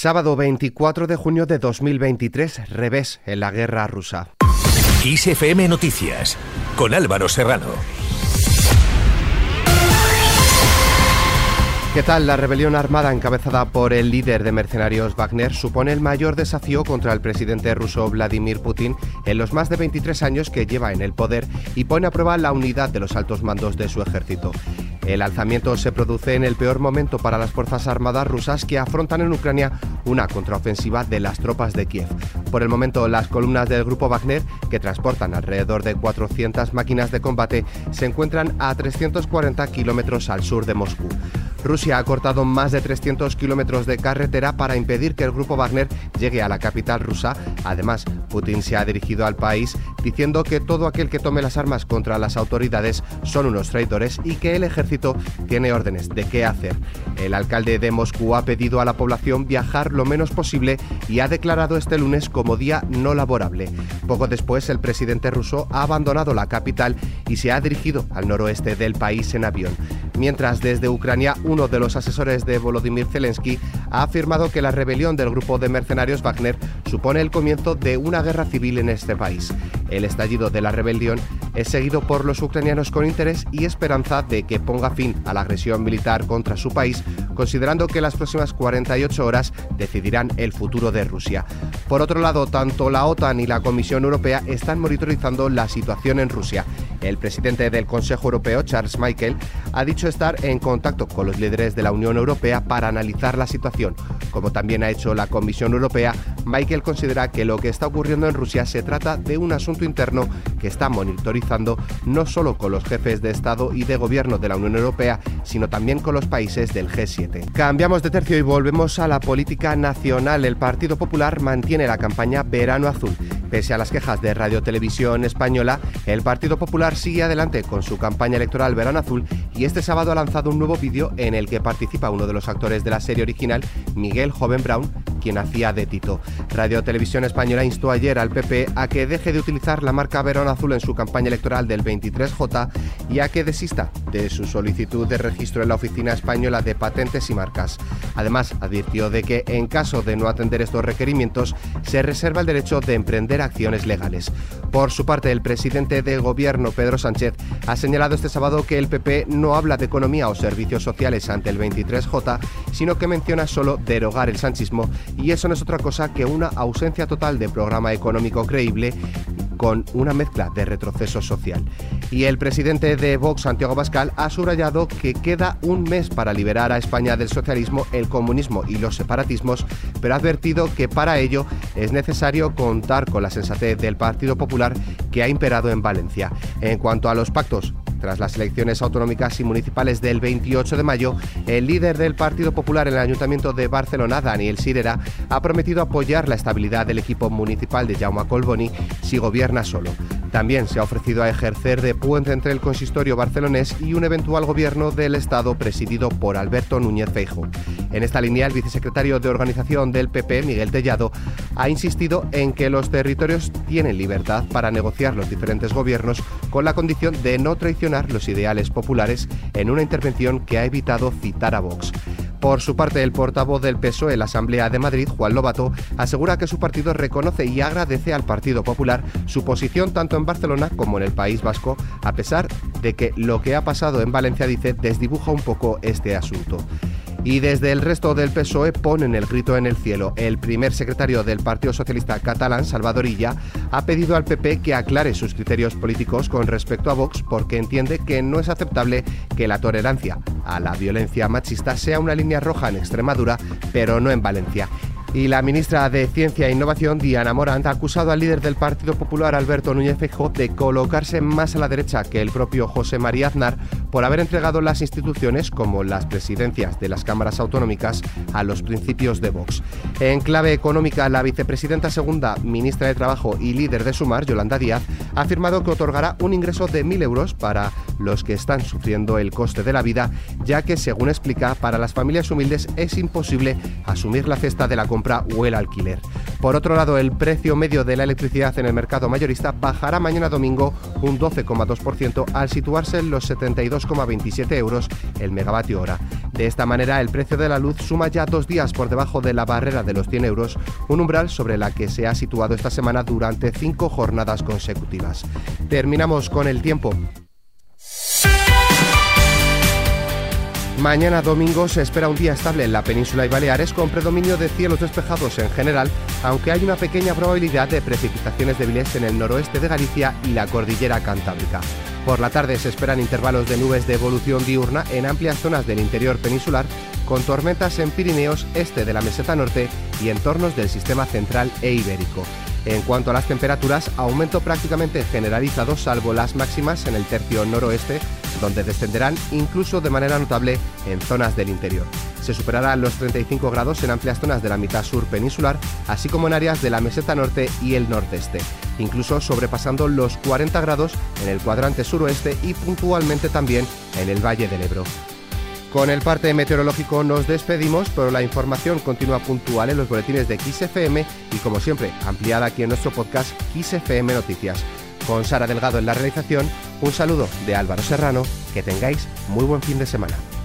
Sábado 24 de junio de 2023, revés en la guerra rusa. XFM Noticias, con Álvaro Serrano. ¿Qué tal? La rebelión armada encabezada por el líder de mercenarios Wagner supone el mayor desafío contra el presidente ruso Vladimir Putin en los más de 23 años que lleva en el poder y pone a prueba la unidad de los altos mandos de su ejército. El alzamiento se produce en el peor momento para las fuerzas armadas rusas que afrontan en Ucrania una contraofensiva de las tropas de Kiev. Por el momento, las columnas del grupo Wagner, que transportan alrededor de 400 máquinas de combate, se encuentran a 340 kilómetros al sur de Moscú. Rusia ha cortado más de 300 kilómetros de carretera para impedir que el grupo Wagner llegue a la capital rusa. Además, Putin se ha dirigido al país diciendo que todo aquel que tome las armas contra las autoridades son unos traidores y que el ejército tiene órdenes de qué hacer. El alcalde de Moscú ha pedido a la población viajar lo menos posible y ha declarado este lunes como día no laborable. Poco después, el presidente ruso ha abandonado la capital y se ha dirigido al noroeste del país en avión. Mientras, desde Ucrania, uno de los asesores de Volodymyr Zelensky ha afirmado que la rebelión del grupo de mercenarios Wagner supone el comienzo de una guerra civil en este país. El estallido de la rebelión es seguido por los ucranianos con interés y esperanza de que ponga fin a la agresión militar contra su país, considerando que las próximas 48 horas decidirán el futuro de Rusia. Por otro lado, tanto la OTAN y la Comisión Europea están monitorizando la situación en Rusia. El presidente del Consejo Europeo, Charles Michel, ha dicho estar en contacto con los líderes de la Unión Europea para analizar la situación. Como también ha hecho la Comisión Europea, Michel considera que lo que está ocurriendo en Rusia se trata de un asunto interno que está monitorizando no solo con los jefes de Estado y de Gobierno de la Unión Europea, sino también con los países del G7. Cambiamos de tercio y volvemos a la política nacional. El Partido Popular mantiene la campaña Verano Azul. Pese a las quejas de Radio Televisión Española, el Partido Popular sigue adelante con su campaña electoral Verano Azul y este sábado ha lanzado un nuevo vídeo en el que participa uno de los actores de la serie original, Miguel Joven Brown, quien hacía de Tito. Radio Televisión Española instó ayer al PP a que deje de utilizar la marca Verano Azul en su campaña electoral del 23J y a que desista de su solicitud de registro en la Oficina Española de Patentes y Marcas. Además, advirtió de que en caso de no atender estos requerimientos, se reserva el derecho de emprender acciones legales. Por su parte, el presidente del Gobierno, Pedro Sánchez, ha señalado este sábado que el PP no habla de economía o servicios sociales ante el 23J, sino que menciona solo derogar el sanchismo, y eso no es otra cosa que una ausencia total de programa económico creíble con una mezcla de retroceso social. Y el presidente de Vox, Santiago Abascal, ha subrayado que queda un mes para liberar a España del socialismo, el comunismo y los separatismos, pero ha advertido que para ello es necesario contar con la sensatez del Partido Popular que ha imperado en Valencia. En cuanto a los pactos, tras las elecciones autonómicas y municipales del 28 de mayo, el líder del Partido Popular en el Ayuntamiento de Barcelona, Daniel Sirera, ha prometido apoyar la estabilidad del equipo municipal de Jaume Collboni si gobierna solo. También se ha ofrecido a ejercer de puente entre el consistorio barcelonés y un eventual gobierno del Estado presidido por Alberto Núñez Feijóo. En esta línea, el vicesecretario de Organización del PP, Miguel Tellado, ha insistido en que los territorios tienen libertad para negociar los diferentes gobiernos con la condición de no traicionar los ideales populares, en una intervención que ha evitado citar a Vox. Por su parte, el portavoz del PSOE en la Asamblea de Madrid, Juan Lobato, asegura que su partido reconoce y agradece al Partido Popular su posición tanto en Barcelona como en el País Vasco, a pesar de que lo que ha pasado en Valencia, dice, desdibuja un poco este asunto. Y desde el resto del PSOE ponen el grito en el cielo. El primer secretario del Partido Socialista catalán, Salvador Illa, ha pedido al PP que aclare sus criterios políticos con respecto a Vox porque entiende que no es aceptable que la tolerancia a la violencia machista sea una línea roja en Extremadura, pero no en Valencia. Y la ministra de Ciencia e Innovación, Diana Morant, ha acusado al líder del Partido Popular, Alberto Núñez Feijóo, de colocarse más a la derecha que el propio José María Aznar por haber entregado las instituciones, como las presidencias de las cámaras autonómicas, a los principios de Vox. En clave económica, la vicepresidenta segunda, ministra de Trabajo y líder de Sumar, Yolanda Díaz, ha afirmado que otorgará un ingreso de 1.000 euros para los que están sufriendo el coste de la vida, ya que, según explica, para las familias humildes es imposible asumir la cesta de la compra o el alquiler. Por otro lado, el precio medio de la electricidad en el mercado mayorista bajará mañana domingo un 12,2% al situarse en los 72,27 euros el megavatio hora. De esta manera, el precio de la luz suma ya 2 días por debajo de la barrera de los 100 euros, un umbral sobre la que se ha situado esta semana durante 5 jornadas consecutivas. Terminamos con el tiempo. Mañana domingo se espera un día estable en la península y Baleares con predominio de cielos despejados en general, aunque hay una pequeña probabilidad de precipitaciones débiles en el noroeste de Galicia y la cordillera cantábrica. Por la tarde se esperan intervalos de nubes de evolución diurna en amplias zonas del interior peninsular, con tormentas en Pirineos, este de la meseta norte y entornos del sistema central e ibérico. En cuanto a las temperaturas, aumento prácticamente generalizado salvo las máximas en el tercio noroeste, donde descenderán incluso de manera notable en zonas del interior. Se superarán los 35 grados en amplias zonas de la mitad sur peninsular, así como en áreas de la meseta norte y el nordeste, incluso sobrepasando los 40 grados en el cuadrante suroeste y puntualmente también en el Valle del Ebro. Con el parte meteorológico nos despedimos, pero la información continúa puntual en los boletines de XFM y, como siempre, ampliada aquí en nuestro podcast XFM Noticias. Con Sara Delgado en la realización, un saludo de Álvaro Serrano, que tengáis muy buen fin de semana.